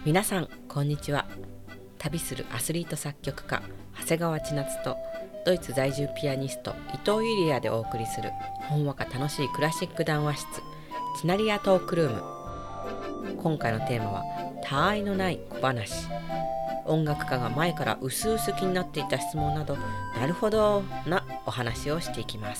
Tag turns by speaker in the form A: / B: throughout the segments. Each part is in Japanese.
A: 皆さんこんにちは。旅するアスリート作曲家長谷川千夏とドイツ在住ピアニスト伊藤ゆりやでお送りするほんわか楽しいクラシック談話室チナリアトークルーム。今回のテーマは他愛のない小話。音楽家が前からうすうす気になっていた質問など、なるほどなお話をしていきます。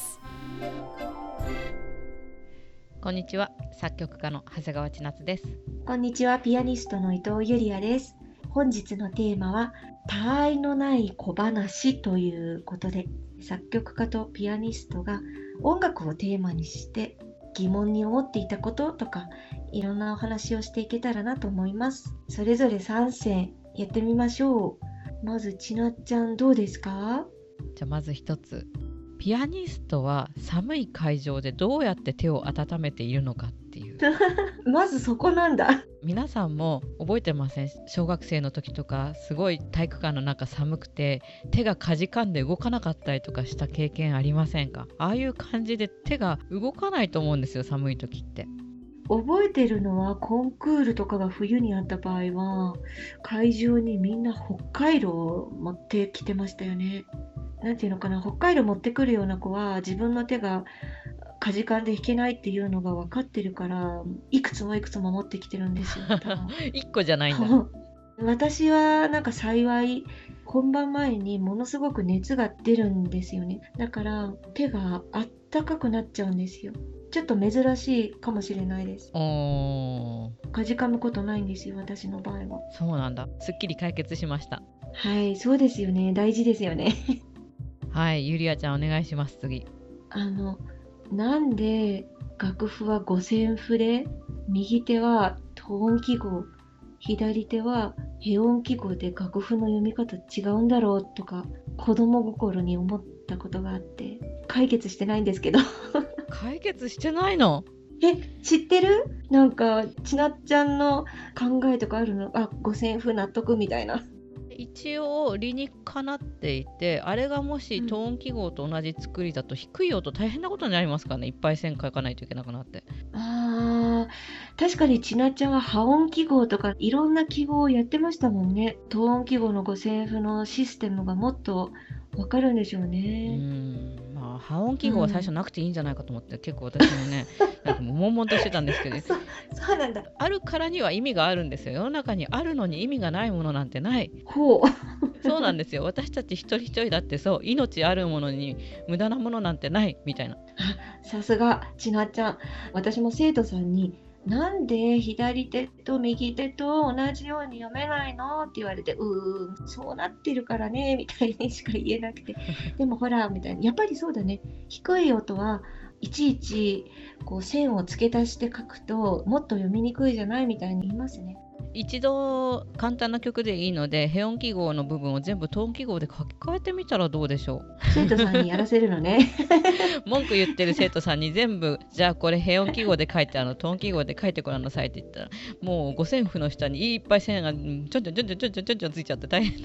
A: こんにちは、作曲家の長谷川千夏です。
B: こんにちは、ピアニストの伊藤ゆりやです。本日のテーマは他愛のない小話ということで、作曲家とピアニストが音楽をテーマにして疑問に思っていたこととか、いろんなお話をしていけたらなと思います。それぞれ3選やってみましょう。まずちなっちゃん、どうですか？
A: じゃあまず一つ、ピアニストは寒い会場でどうやって手を温めているのかっていう
B: まずそこなんだ。
A: 皆さんも覚えてません？小学生の時とかすごい体育館の中寒くて手がかじかんで動かなかったりとかした経験ありませんか？ああいう感じで手が動かないと思うんですよ、寒い時って。
B: 覚えてるのはコンクールとかが冬にあった場合は会場にみんな北海道を持ってきてましたよね。なんていうのかな、北海道持ってくるような子は自分の手がかじかんで弾けないっていうのが分かってるから、いくつもいくつも持ってきてるんですよ。
A: 一個じゃないんだ。
B: 私はなんか幸い本番前にものすごく熱が出るんですよね。だから手があったかくなっちゃうんですよ。ちょっと珍しいかもしれないです。かじかむことないんですよ、私の場合は。
A: そうなんだ。すっきり解決しました。
B: はい、そうですよね。大事ですよね。
A: はい、ゆりあちゃんお願いします。次。
B: なんで楽譜は五線譜で、右手はトーン記号、左手はヘ音記号で楽譜の読み方違うんだろうとか、子供心に思ったことがあって、解決してないんですけど。
A: 解決してないの？
B: 知ってる？なんかちなっちゃんの考えとかあるの？五線譜納得みたいな。
A: 一応理にかなっていて、あれがもしトーン記号と同じ作りだと低い音大変なことになりますからね。いっぱい線書かないといけなくなって。
B: 確かにちなっちゃんは破音記号とかいろんな記号をやってましたもんね。トーン記号の五線譜のシステムがもっとわかるんでしょうね。
A: まあ破音記号は最初なくていいんじゃないかと思って、結構私もねなんかもう悶々としてたんですけど
B: そうなんだ。
A: あるからには意味があるんですよ。世の中にあるのに意味がないものなんてない。そうなんですよ。私たち一人一人だってそう、命あるものに無駄なものなんてないみたいな。
B: さすがちなっちゃん。私も生徒さんに、なんで左手と右手と同じように読めないのって言われて、そうなってるからねみたいにしか言えなくて、でもほらみたいな、やっぱりそうだね、低い音はいちいちこう線を付け足して書くともっと読みにくいじゃないみたいに言いますね。
A: 一度簡単な曲でいいのでヘ音記号の部分を全部トーン記号で書き換えてみたらどうでしょう。
B: 生徒さんにやらせるのね。
A: 文句言ってる生徒さんに全部じゃあこれヘ音記号で書いてトーン記号で書いてごらんなさいって言ったら、もう五線譜の下にいっぱい線がちょんちょんちょんちょんちょんちょんちょんついちゃって大変。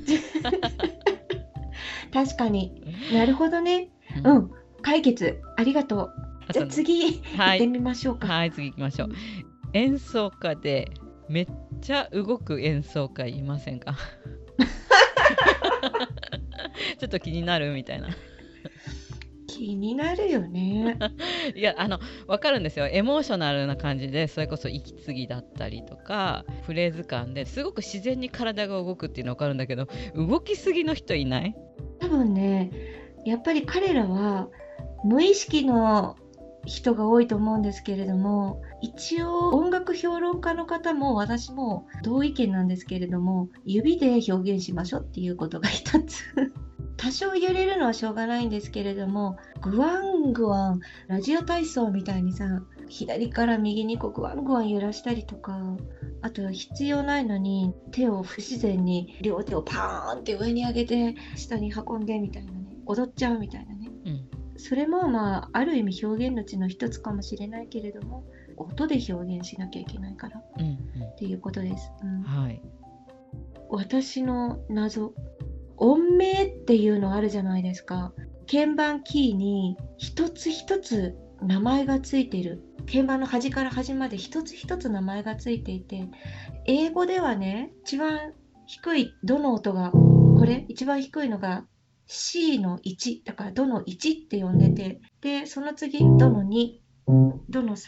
B: 確かに。なるほどね。解決ありがとう。じゃあ次行ってみましょうか。
A: はい、次行きましょう。演奏家でめっちゃ動く演奏家いませんか？ちょっと気になるみたいな。
B: 気になるよね。
A: いや分かるんですよ。エモーショナルな感じで、それこそ息継ぎだったりとかフレーズ感ですごく自然に体が動くっていうの分かるんだけど、動きすぎの人いない？
B: 多分ね、やっぱり彼らは無意識の人が多いと思うんですけれども、一応音楽評論家の方も私も同意見なんですけれども、指で表現しましょうっていうことが一つ。多少揺れるのはしょうがないんですけれども、グワングワンラジオ体操みたいにさ、左から右にこうグワングワン揺らしたりとか、あと必要ないのに手を不自然に両手をパーンって上に上げて下に運んでみたいなね、踊っちゃうみたいなね、それもある意味表現のうちの一つかもしれないけれども、音で表現しなきゃいけないから、っていうことです。
A: はい。
B: 私の謎、音名っていうのあるじゃないですか。鍵盤キーに一つ一つ名前がついてる鍵盤の端から端まで一つ一つ名前がついていて、英語ではね、一番低いどの音が、これ一番低いのが C の1だからどの1って呼んでて、でその次どの2、どの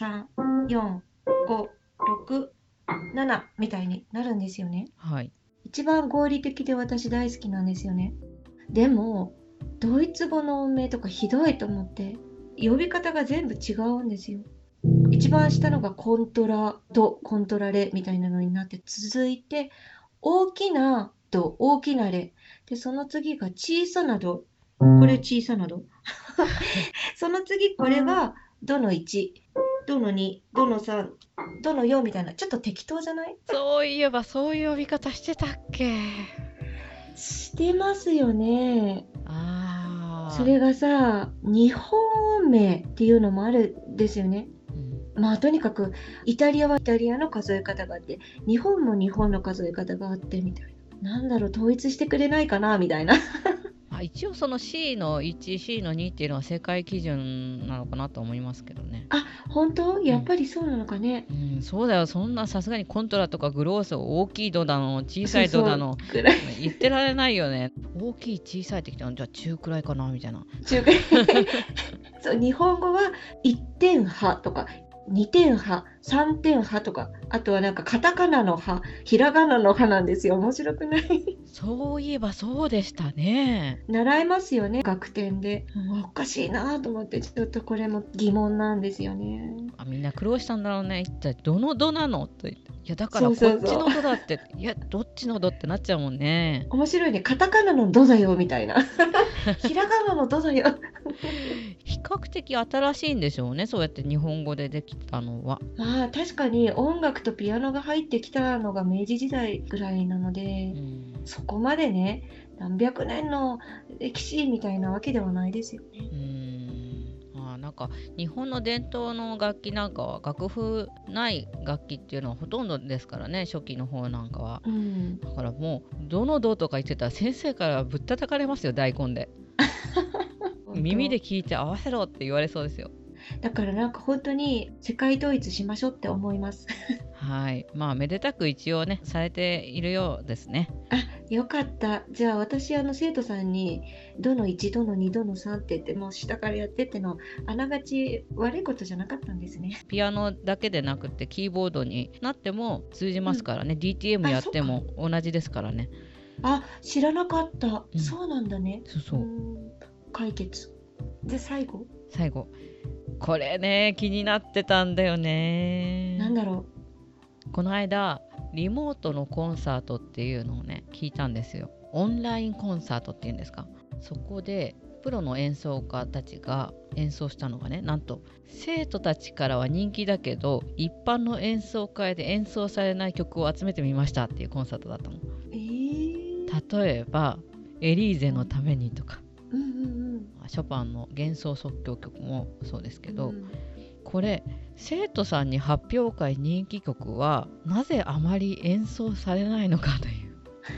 B: 3、4、5、6、7みたいになるんですよね。
A: はい。
B: 一番合理的で私大好きなんですよね。でもドイツ語の音名とかひどいと思って、呼び方が全部違うんですよ。一番下のがコントラド、コントラレみたいなのになって、続いて大きなド、大きなレで、その次が小さなド、これ小さなドその次これがドの1、ドの2、ドの3、ドの4みたいな、ちょっと適当じゃない？
A: そういえばそういう呼び方してたっけ？
B: してますよね。それ
A: あ
B: がさ、日本名っていうのもあるんですよね。
A: ー、
B: まあとにかくイタリアはイタリアの数え方があって、日本も日本の数え方があってみたいな。なんだろう、統一してくれないかなみたいな。
A: 一応その C の1、C の2っていうのは世界基準なのかなと思いますけどね。
B: あ、本当？やっぱりそうなのかね。
A: うん、そうだよ。そんなさすがにコントラとかグロースを大きいドだの小さ
B: そうそう
A: いドだの
B: ぐらい。
A: 言ってられないよね。大きい小さいってきたらじゃあ中くらいかなみたいな。
B: 中華そう、日本語は1点派とか2点派、3点派とか、あとはなんかカタカナの派、ひらがなの派なんですよ。面白くない？
A: そういえばそうでしたね。
B: 習いますよね、学典で。おかしいなと思って、ちょっとこれも疑問なんですよね。
A: みんな苦労したんだろうね。一体どのドなのと言って。いやだから
B: そうそうそう
A: こっちのドだって。いやどっちのドってなっちゃうもんね。
B: 面白いね。カタカナのドだよみたいな。ひらがなのドだよ。
A: 比較的新しいんでしょうね。そうやって日本語でできたのは。
B: まあ確かに音楽とピアノが入ってきたのが明治時代ぐらいなので、そこまでね、何百年の歴史みたいなわけではないですよね。
A: なんか日本の伝統の楽器なんかは楽譜ない楽器っていうのはほとんどですからね、初期の方なんかは。だからもうどのどとか言ってたら先生からぶったたかれますよ、大根で。耳で聞いて合わせろって言われそうですよ。
B: だからなんか本当に世界統一しましょうって思います。
A: はい、まあめでたく一応ねされているようですね。
B: あ、よかった。じゃあ私生徒さんにどの1、どの2、どの3って言ってもう下からやってってのあながち悪いことじゃなかったんですね。
A: ピアノだけでなくてキーボードになっても通じますからね、DTM やっても同じですからね。
B: あ、知らなかった。そうなんだね。
A: そう。
B: 解決。で最後
A: これね気になってたんだよね。
B: なんだろ
A: う。この間リモートのコンサートっていうのをね聞いたんですよ。オンラインコンサートっていうんですか。そこでプロの演奏家たちが演奏したのがね、なんと生徒たちからは人気だけど一般の演奏会で演奏されない曲を集めてみましたっていうコンサートだったの。例えばエリーゼのためにとか、ショパンの幻想即興曲もそうですけど、これ生徒さんに発表会人気曲はなぜあまり演奏されないのかという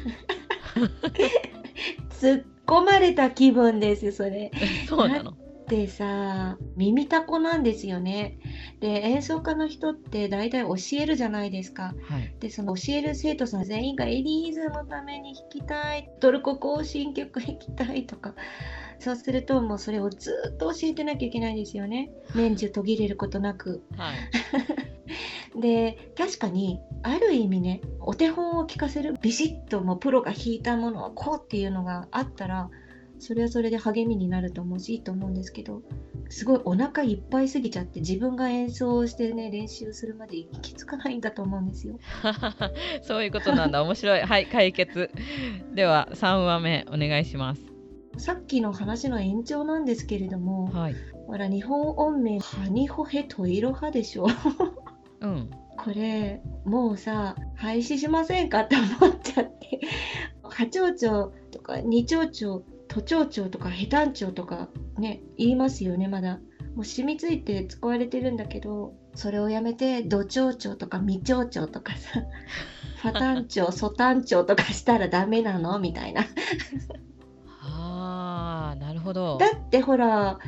B: 突っ込まれた気分ですよそれ。
A: そうなの。
B: でさ、耳たこなんですよね。で演奏家の人って大体教えるじゃないですか。でその教える生徒さん全員がエリーゼのために弾きたい、トルコ行進曲弾きたいとか、そうするともうそれをずっと教えてなきゃいけないんですよね、年中途切れることなく。で確かにある意味ね、お手本を聞かせる、ビシッともうプロが弾いたものはこうっていうのがあったらそれはそれで励みになると思うしいいと思うんですけど、すごいお腹いっぱいすぎちゃって自分が演奏してね練習するまで行き着かないんだと思うんですよ。
A: そういうことなんだ。面白い。はい、解決。では3話目お願いします。
B: さっきの話の延長なんですけれども、ほら日本音名ハニホヘトイロハでしょ。これもうさ廃止しませんかって思っちゃって、波長長とか二長長、都長長とかヘタン長とかね言いますよね。まだもう染みついて使われてるんだけど、それをやめてド長長とか未長長とかさファタン長ソタン長とかしたらダメなのみたいな。
A: なるほど。
B: だってほら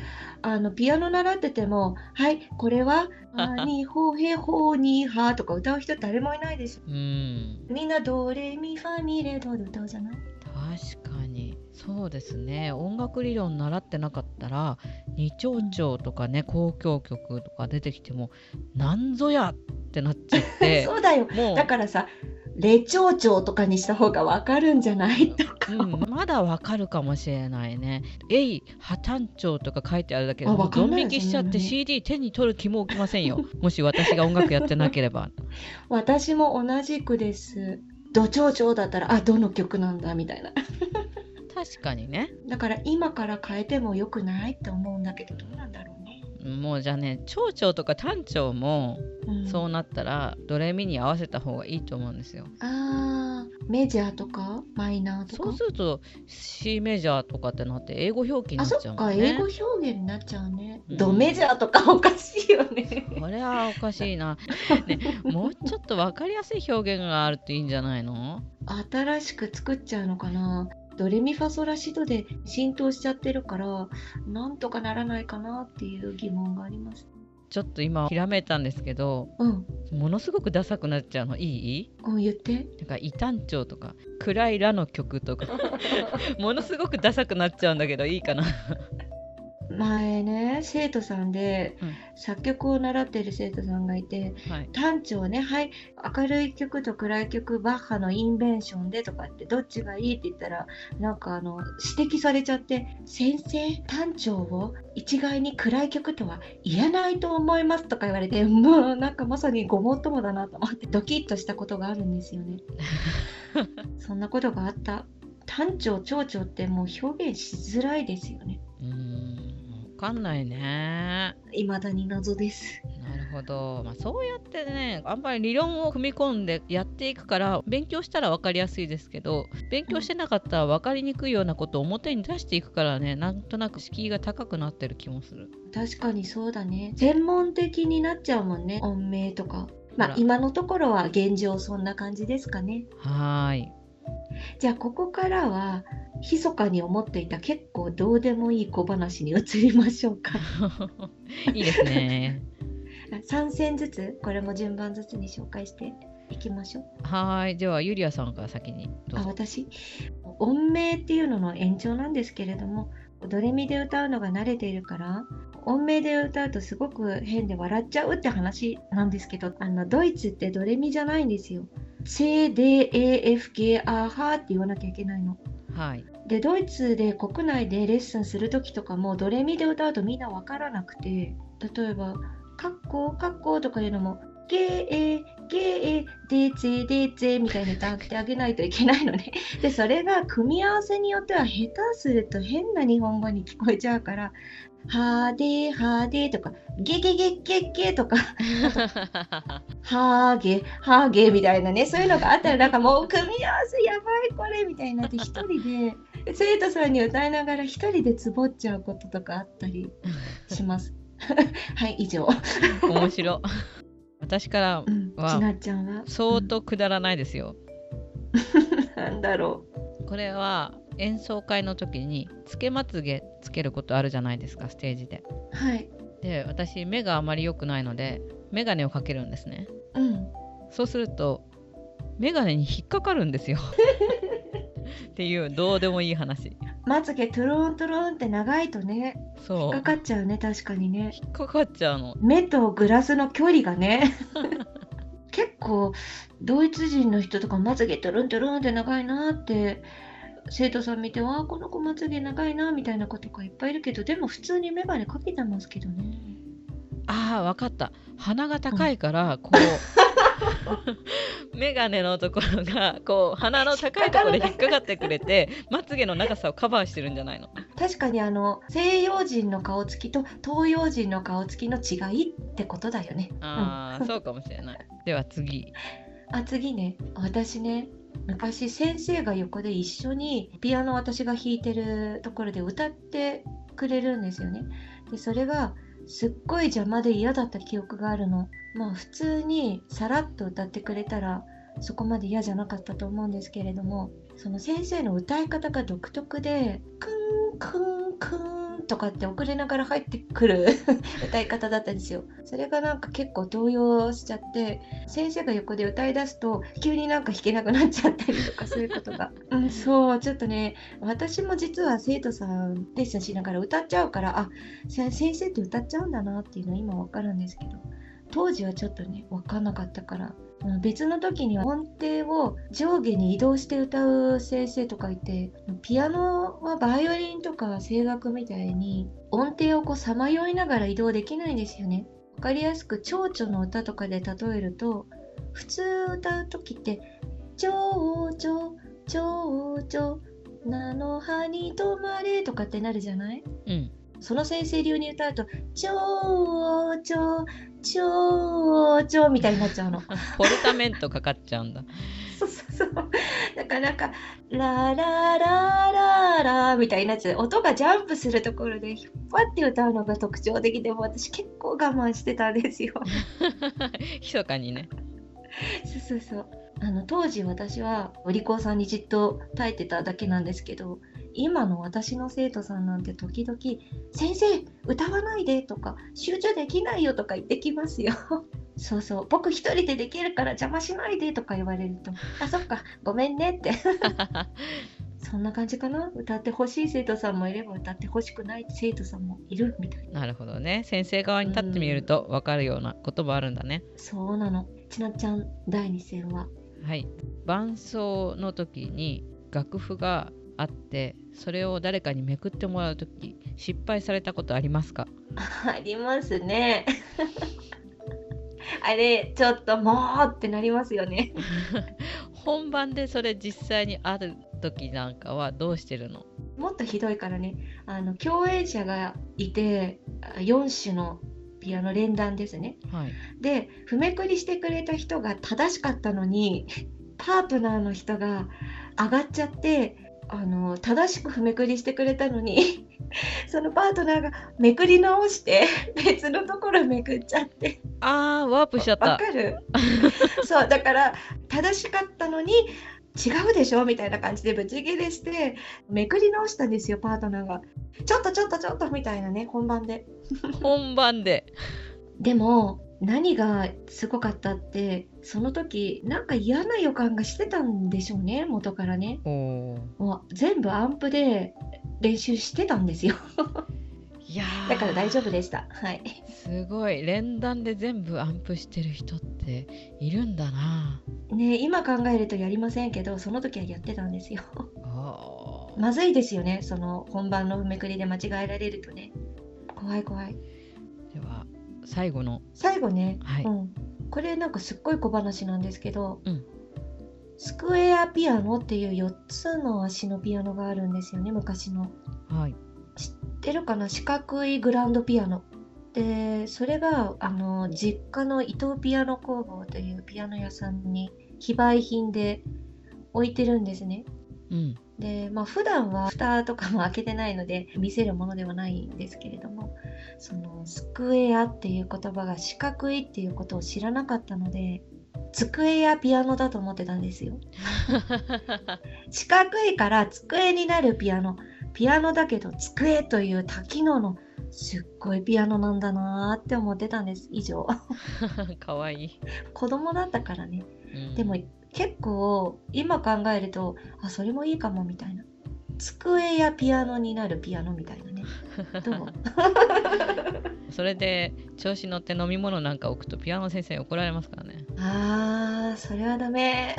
B: ピアノ習ってても、はい、これは、にほへほにはとか歌う人誰もいないでしょ。みんなドレミファミレドで歌うじゃない？
A: 確かにそうですね。音楽理論習ってなかったら二丁調とかね、交響曲とか出てきてもなんぞやってなっちゃって
B: そうだよ。だからさ、レ長調とかにした方がわかるんじゃないとか、
A: まだわかるかもしれないね。破綻調とか書いてあるだけでもう
B: わかんない
A: ドン引きしちゃって
B: そんなのね
A: CD 手に取る気も起きませんよ。もし私が音楽やってなければ。
B: 私も同じくです。ド長調だったら、どの曲なんだみたいな。
A: 確かにね。
B: だから今から変えてもよくないって思うんだけど、どうなんだろうね。
A: もうじゃあね、長調とか短調もそうなったらドレミに合わせた方がいいと思うんですよ。
B: メジャーとかマイナーとか。
A: そうすると C メジャーとかってなって英語表記になっちゃうもんね。
B: そっか、英語表現になっちゃうね。ドメジャーとかおかしいよね。
A: これはおかしいな、ね、もうちょっと分かりやすい表現があるといいんじゃないの？
B: 新しく作っちゃうのかな。ドレミファソラシドで浸透しちゃってるからなんとかならないかなっていう疑問があります。
A: ちょっと今ひらめいたんですけど、ものすごくダサくなっちゃうのいい？
B: 言って。
A: なんか異端調とか暗いラの曲とかものすごくダサくなっちゃうんだけどいいかな？
B: 前ね、生徒さんで、作曲を習っている生徒さんがいて、短調ね、はい、明るい曲と暗い曲、バッハのインベンションでとかってどっちがいいって言ったら、なんか指摘されちゃって、先生、短調を一概に暗い曲とは言えないと思いますとか言われて、もうなんかまさにごもっともだなと思ってドキッとしたことがあるんですよね。そんなことがあった。短調、長調ってもう表現しづらいですよね。
A: わかんないね。
B: 未だに謎です。
A: なるほど、そうやってね、あんまり理論を組み込んでやっていくから勉強したら分かりやすいですけど、勉強してなかったら分かりにくいようなことを表に出していくからね、なんとなく敷居が高くなってる気もする。
B: 確かにそうだね。専門的になっちゃうもんね、音名とか。今のところは現状そんな感じですかね。
A: はい。
B: じゃあここからは密かに思っていた結構どうでもいい小話に移りましょうか。
A: いいですね。
B: 3選ずつ、これも順番ずつに紹介していきましょう。
A: はい。ではゆりあさんから先にどうぞ。
B: 私、音名っていうのの延長なんですけれども、ドレミで歌うのが慣れているから音名で歌うとすごく変で笑っちゃうって話なんですけど、ドイツってドレミじゃないんですよ。C、D、A、F、G、A、H って言わなきゃいけないの。
A: はい。
B: で、ドイツで国内でレッスンするときとかもドレミで歌うとみんなわからなくて、例えばカッコカッコとかいうのもゲーゲーデーツェデーツェみたいに歌ってあげないといけないのね。で、それが組み合わせによっては下手すると変な日本語に聞こえちゃうから、はーでーはーでーとかゲゲゲゲゲとかはーげはーげみたいなね、そういうのがあったらなんかもう組み合わせやばいこれみたいになって一人で生徒さんに歌いながら一人でつぼっちゃうこととかあったりします。はい、以上。
A: 面白。私からは、
B: ちなっちゃんは
A: 相当くだらないですよ。
B: なんだろ
A: う。これは演奏会の時につけまつげつけることあるじゃないですか、ステージで。
B: はい。
A: で、私目があまり良くないのでメガネをかけるんですね。そうするとメガネに引っかかるんですよ。っていうどうでもいい話。
B: まつげトゥルントゥルンって長いとね、引っかかっちゃうね。確かにね、
A: 引っかかっちゃうの。
B: 目とグラスの距離がね結構ドイツ人の人とかまつげトゥルントゥルンって長いなって生徒さん見て、わあこの子まつげ長いなみたいな子とかいっぱいいるけど、でも普通にメガネかけてますけどね。
A: ああ、わかった。鼻が高いから、こうメガネのところがこう鼻の高いところで引っかかってくれてまつげの長さをカバーしてるんじゃないの？
B: 確かに西洋人の顔つきと東洋人の顔つきの違いってことだよね。
A: そうかもしれない。では次。
B: 次ね、私ね、昔先生が横で一緒にピアノ私が弾いてるところで歌ってくれるんですよね。でそれがすっごい邪魔で嫌だった記憶があるの。普通にさらっと歌ってくれたらそこまで嫌じゃなかったと思うんですけれども、その先生の歌い方が独特でクンクンクンっんとかって遅れながら入ってくる歌い方だったんですよ。それがなんか結構動揺しちゃって、先生が横で歌い出すと急になんか弾けなくなっちゃったりとかそういうことが、そうちょっとね、私も実は生徒さんレッスンしながら歌っちゃうから、先生って歌っちゃうんだなっていうのは今わかるんですけど、当時はちょっとね分かんなかったから、別の時には音程を上下に移動して歌う先生とかいて、ピアノはバイオリンとか声楽みたいに音程をこうさまよいながら移動できないんですよね。わかりやすく蝶々の歌とかで例えると、普通歌う時って蝶々蝶々菜の葉に止まれとかってなるじゃない？その先生流に歌うと蝶々蝶々みたいになっちゃうの。
A: ポルタメントかかっちゃうんだ。
B: そうだからなんかラララララみたいになっちゃう。音がジャンプするところで引っ張って歌うのが特徴的で、も私結構我慢してたんですよ。
A: 密かにね。
B: そう当時私はお利口さんにじっと耐えてただけなんですけど、今の私の生徒さんなんて時々先生歌わないでとか集中できないよとか言ってきますよ。そう僕一人でできるから邪魔しないでとか言われると、そっかごめんねってそんな感じかな。歌ってほしい生徒さんもいれば歌ってほしくない生徒さんもいるみたいな。
A: なるほどね。先生側に立ってみると分かるような言葉あるんだね。
B: そうなの。ちなちゃん第2戦は？
A: はい、伴奏の時に楽譜があって、それを誰かにめくってもらう時失敗されたことありますか？
B: ありますね。あれちょっともうってなりますよね。
A: 本番でそれ実際にある時なんかはどうしてるの？
B: もっとひどいからね、共演者がいて4種のピアノ連弾ですね、で譜めくりしてくれた人が正しかったのにパートナーの人が上がっちゃって、正しく譜めくりしてくれたのにそのパートナーがめくり直して別のところめくっちゃって、
A: ワープしちゃった。
B: わかる？そうだから正しかったのに違うでしょみたいな感じでブチギレしてめくり直したんですよ、パートナーが。ちょっとみたいなね、本番ででも何がすごかったって、その時なんか嫌な予感がしてたんでしょうね、元からね。もう全部アンプで練習してたんですよ。
A: いや
B: だから大丈夫でした。
A: すごい。連弾で全部アンプしてる人っているんだな。
B: ね、今考えるとやりませんけど、その時はやってたんですよ。まずいですよね、その本番のめくりで間違えられるとね。怖い。
A: では最後ね、
B: これなんかすっごい小話なんですけど、スクエアピアノっていう4つの足のピアノがあるんですよね、昔の。知ってるかな？四角いグランドピアノで、それが実家の伊藤ピアノ工房というピアノ屋さんに非売品で置いてるんですね。で普段は蓋とかも開けてないので見せるものではないんですけれども、そのスクエアっていう言葉が四角いっていうことを知らなかったので、机やピアノだと思ってたんですよ。四角いから机になるピアノだけど机という多機能のすっごいピアノなんだなって思ってたんです。以上。
A: かわいい。
B: 子供だったからね。でも結構今考えるとそれもいいかもみたいな。机やピアノになるピアノみたいなね。どう？
A: それで調子乗って飲み物なんか置くとピアノ先生に怒られますからね。
B: それはダメ。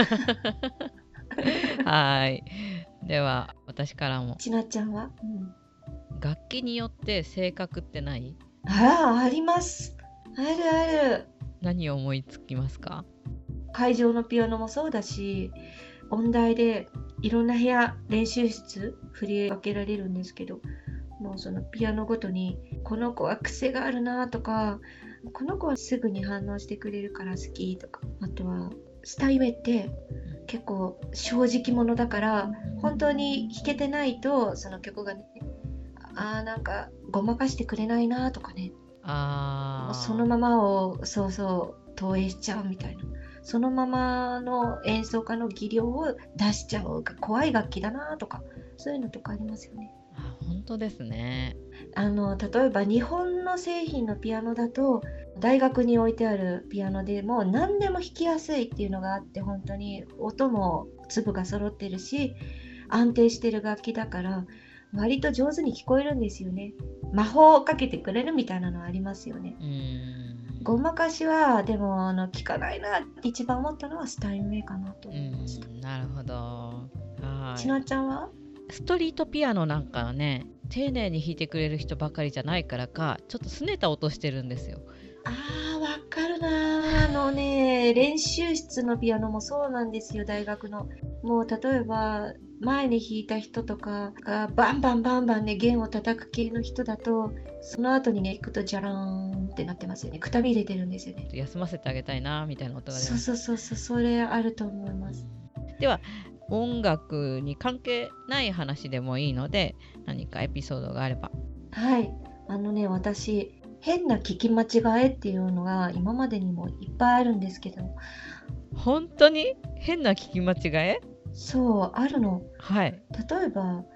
A: はい。では私からも。
B: ちなちゃんは？
A: 楽器によって性格ってない？
B: あります。ある。
A: 何を思いつきますか？
B: 会場のピアノもそうだし、音大でいろんな部屋、練習室振り分けられるんですけど、もうそのピアノごとにこの子は癖があるなとか、この子はすぐに反応してくれるから好きとか、あとはスタイウェイって結構正直者だから本当に弾けてないとその曲がね、なんかごまかしてくれないなとかね、そのままを投影しちゃうみたいな、そのままの演奏家の技量を出しちゃう怖い楽器だなとか、そういうのとかありますよね。
A: 本当ですね。
B: 例えば日本の製品のピアノだと大学に置いてあるピアノでも何でも弾きやすいっていうのがあって、本当に音も粒が揃ってるし安定してる楽器だから割と上手に聞こえるんですよね。魔法をかけてくれるみたいなのありますよね。ごまかしはでも聞かないなって一番思ったのはスタインウェイかなと思いました。
A: なるほど。はい。
B: ちなちゃんは？
A: ストリートピアノなんかはね、丁寧に弾いてくれる人ばかりじゃないからか、ちょっと拗ねた音してるんですよ。
B: わかるな。練習室のピアノもそうなんですよ、大学の。もう例えば前に弾いた人とかがバンバンバンバンね弦を叩く系の人だと、その後にね弾くとジャラーンってなってますよね。くたび入れてるんですよね。
A: 休ませてあげたいなみたいな音が出
B: そう
A: ます。
B: そうそうそう、それあると思います。
A: では音楽に関係ない話でもいいので、何かエピソードがあれば。
B: はい、私変な聞き間違えっていうのが今までにもいっぱいあるんですけど。
A: 本当に変な聞き間違え？
B: そうあるの。
A: はい。
B: 例えば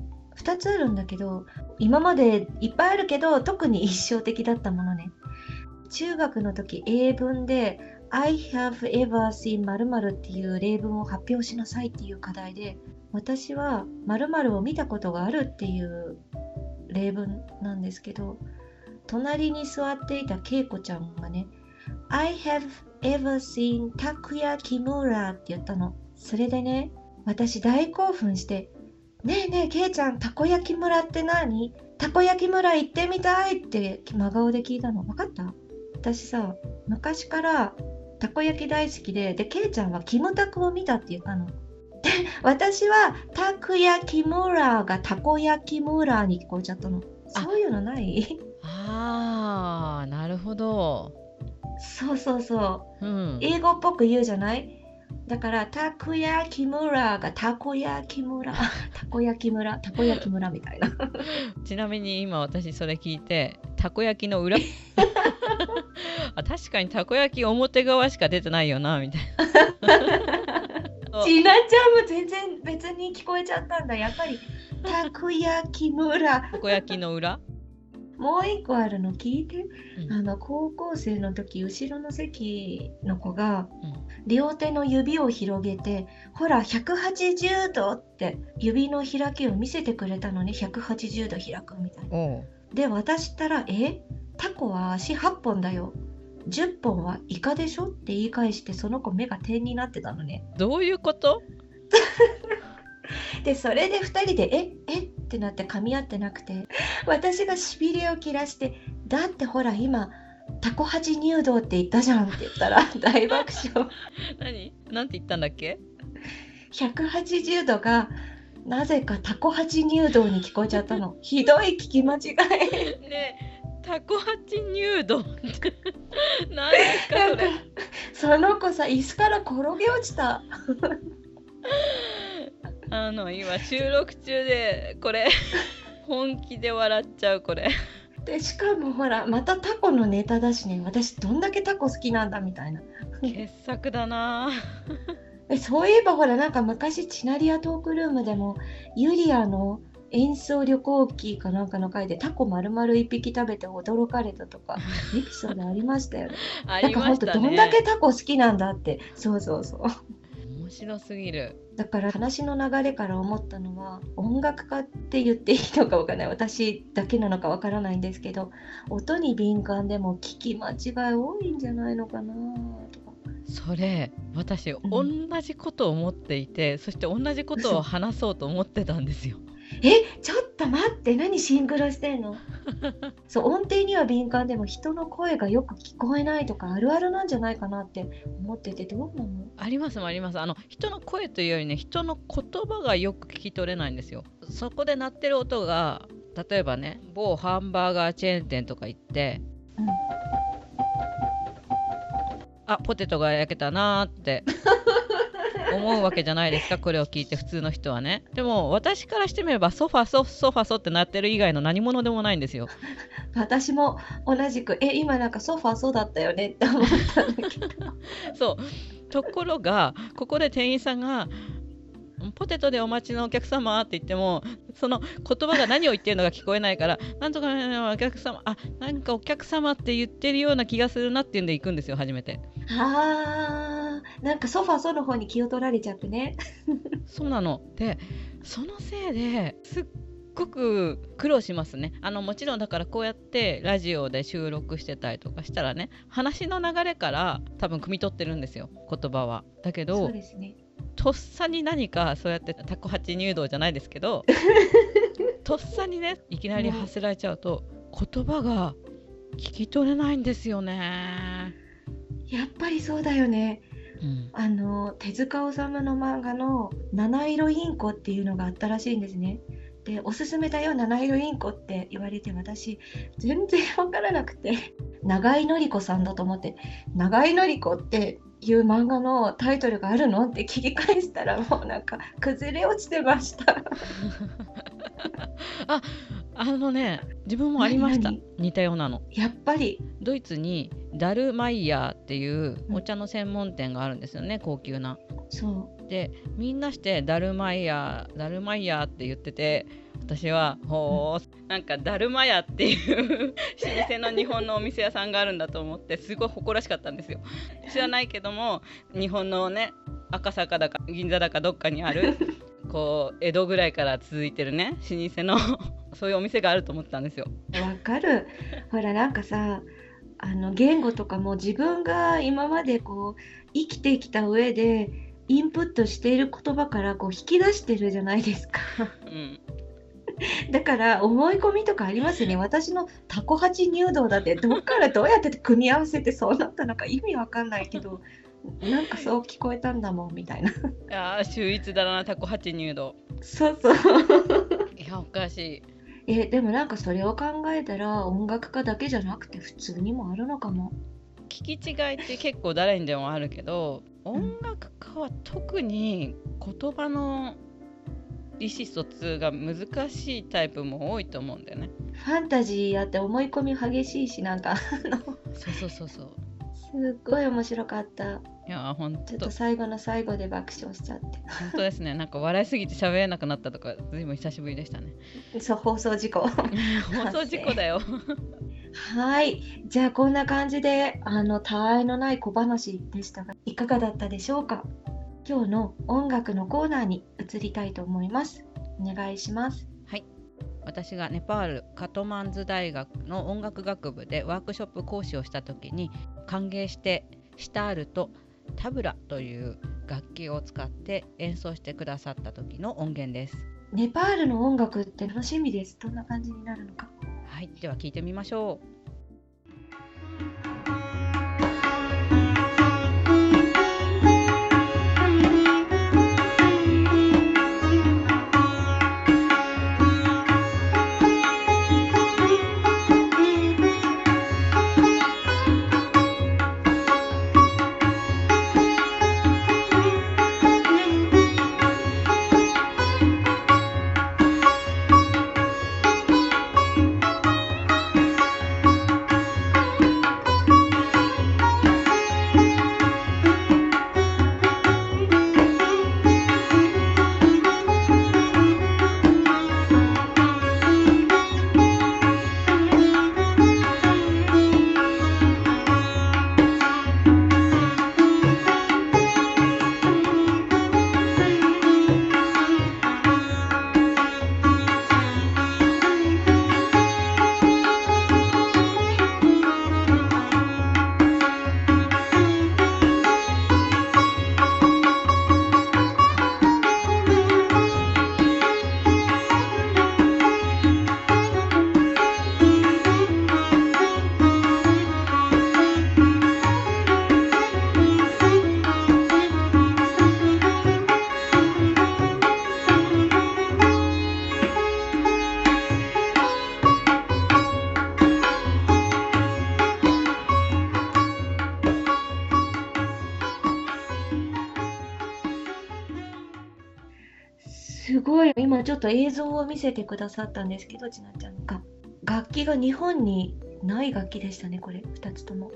B: 2つあるんだけど、今までいっぱいあるけど特に印象的だったものね。中学の時英文で I have ever seen 〇〇っていう例文を発表しなさいっていう課題で、私は〇〇を見たことがあるっていう例文なんですけど、隣に座っていた恵子ちゃんがね I have ever seen たくやきむらって言ったの。それでね、私大興奮して、ねえねえけいちゃん、たこ焼き村って何？たこ焼き村行ってみたいって真顔で聞いたの。分かった？私さ、昔からたこ焼き大好きで、けいちゃんはキムタクを見たって言ったの。で、私はたく焼き村がたこ焼き村に聞こえちゃったの。そういうのない？
A: なるほど。
B: そうそうそう、英語っぽく言うじゃない？だからたこ焼き村がたこ焼き村たこ焼き村たこ焼き村みたいな
A: ちなみに今私それ聞いて、たこ焼きの裏確かにたこ焼き表側しか出てないよなみたいな
B: ちなちゃんも全然別に聞こえちゃったんだ。やっぱりたこ焼き村
A: たこ焼きの裏
B: もう一個あるの聞いて、高校生の時後ろの席の子が、両手の指を広げて、ほら180度って指の開きを見せてくれたのね。180度開くみたいな。で私ったらタコは足8本だよ、10本はイカでしょって言い返して、その子目が点になってたのね。
A: どういうこと？
B: でそれで2人でってなって噛み合ってなくて、私がしびれを切らして、だってほら今タコ8入道って言ったじゃんって言ったら大爆笑
A: なんて言ったんだっけ
B: ？180度がなぜかタコ8入道に聞こえちゃったの。ひどい聞き間違い
A: ね。タコ8入道って何ですかそれ？
B: その子さ、椅子から転げ落ちた
A: 今収録中でこれ本気で笑っちゃうこれ
B: でしかもほらまたタコのネタだしね、私どんだけタコ好きなんだみたいな
A: 傑作だな
B: そういえばほら、なんか昔チナリアトークルームでもユリアの演奏旅行記かなんかの回でタコ丸々1匹食べて驚かれたとかエピソードありましたよね。
A: ありましたね。
B: なんかほんとどんだけタコ好きなんだって。そう
A: 面白すぎる。
B: だから話の流れから思ったのは、音楽家って言っていいのかわからない、私だけなのかわからないんですけど、音に敏感でも聞き間違い多いんじゃないのかなとか。
A: それ私、同じことを思っていて、そして同じことを話そうと思ってたんですよ。
B: ちょっと待って、何シンクロしてんのそう、音程には敏感でも人の声がよく聞こえないとかあるあるなんじゃないかなって思ってて、どうなの？
A: あります人の声というよりね、人の言葉がよく聞き取れないんですよ。そこで鳴ってる音が、例えばね、某ハンバーガーチェーン店とか行って、ポテトが焼けたなーって思うわけじゃないですかこれを聞いて普通の人はね。でも私からしてみればソファソってなってる以外の何物でもないんですよ。
B: 私も同じく今なんかソファそうだったよねって思ったんだけど
A: そうところがここで店員さんが
C: ポテトでお待ちのお客様って言ってもその言葉が何を言ってるのか聞こえないからなんとかお客様なんかお客様って言ってるような気がするなっていうんで行くんですよ初めて。
B: なんかソファその方に気を取られちゃってね。
C: そうなのでそのせいですっごく苦労しますね。もちろんだからこうやってラジオで収録してたりとかしたらね話の流れから多分汲み取ってるんですよ言葉は。だけど
B: そうですね。
C: とっさに何かそうやってタコ八入道じゃないですけどとっさにねいきなり発せられちゃうと言葉が聞き取れないんですよね。
B: やっぱりそうだよね。手塚治虫の漫画の七色インコっていうのがあったらしいんですね。で、おすすめだよ七色インコって言われて、私全然わからなくて長井のり子さんだと思って、長井のり子っていう漫画のタイトルがあるのって聞き返したらもうなんか崩れ落ちてました
C: 自分もありました。
B: 何
C: 似たようなの。
B: やっぱり
C: ドイツにダルマイヤーっていうお茶の専門店があるんですよね、高級な。
B: そう
C: でみんなしてダルマイヤーって言ってて私はなんかダルマヤっていう老舗の日本のお店屋さんがあるんだと思ってすごい誇らしかったんですよ。知らないけども日本のね赤坂だか銀座だかどっかにあるこう江戸ぐらいから続いてるね老舗のそういうお店があると思ったんですよ。
B: わかる。ほらなんかさ、言語とかも自分が今までこう生きてきた上でインプットしている言葉からこう引き出してるじゃないですかだから思い込みとかありますよね。私のタコ八入道だってどっからどうやって組み合わせてそうなったのか意味わかんないけどなんかそう聞こえたんだもんみたいな。い
C: や秀逸だなタコ八入道。
B: そうそう
C: いやおかし
B: い。でもなんかそれを考えたら音楽家だけじゃなくて普通にもあるのかも。
C: 聞き違いって結構誰にでもあるけど音楽家は特に言葉の意思疎通が難しいタイプも多いと思うんだよね。
B: ファンタジーやって思い込み激しいしなんか
C: そう
B: すっごい面白かった。
C: いや本当
B: ちょっと最後の最後で爆笑しちゃって
C: 本当ですね。なんか笑いすぎて喋れなくなったとかずいぶん久しぶりでしたね。
B: そう放送事故
C: 放送事故だよ
B: はい、じゃあこんな感じでたわいのない小話でしたがいかがだったでしょうか。今日の音楽のコーナーに移りたいと思います。お願いします。
C: はい、私がネパールカトマンズ大学の音楽学部でワークショップ講師をした時に歓迎してシタールとタブラという楽器を使って演奏してくださった時の音源です。
B: ネパールの音楽って楽しみです。どんな感じになるのか。
C: はい、では聞いてみましょう。
B: すごい今ちょっと映像を見せてくださったんですけどちなちゃんが楽器が日本にない楽器でしたねこれ2つとも。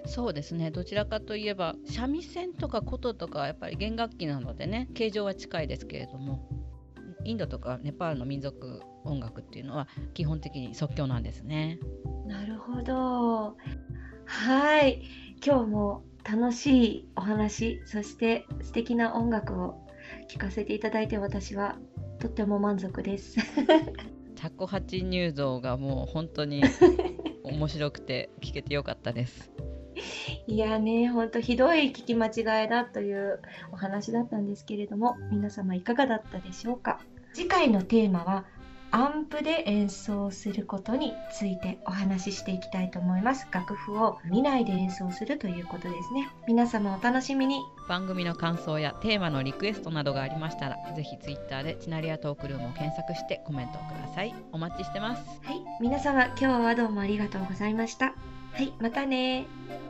C: そうですね、どちらかといえば三味線とか琴とかやっぱり弦楽器なのでね、形状は近いですけれども、インドとかネパールの民族音楽っていうのは基本的に即興なんですね。
B: なるほど。はい。今日も楽しいお話、そして素敵な音楽を聴かせていただいて、私はとっても満足です。
C: 着八入道がもう本当に面白くて聞けてよかったです。
B: いやね、ほんとひどい聞き間違いだというお話だったんですけれども、皆様いかがだったでしょうか。次回のテーマはアンプで演奏することについてお話ししていきたいと思います。楽譜を見ないで演奏するということですね。皆様お楽しみに。
C: 番組の感想やテーマのリクエストなどがありましたら、ぜひツイッターでチナリアトークルームを検索してコメントをください。お待ちしてます。
B: はい、皆様今日はどうもありがとうございました。はい、またね。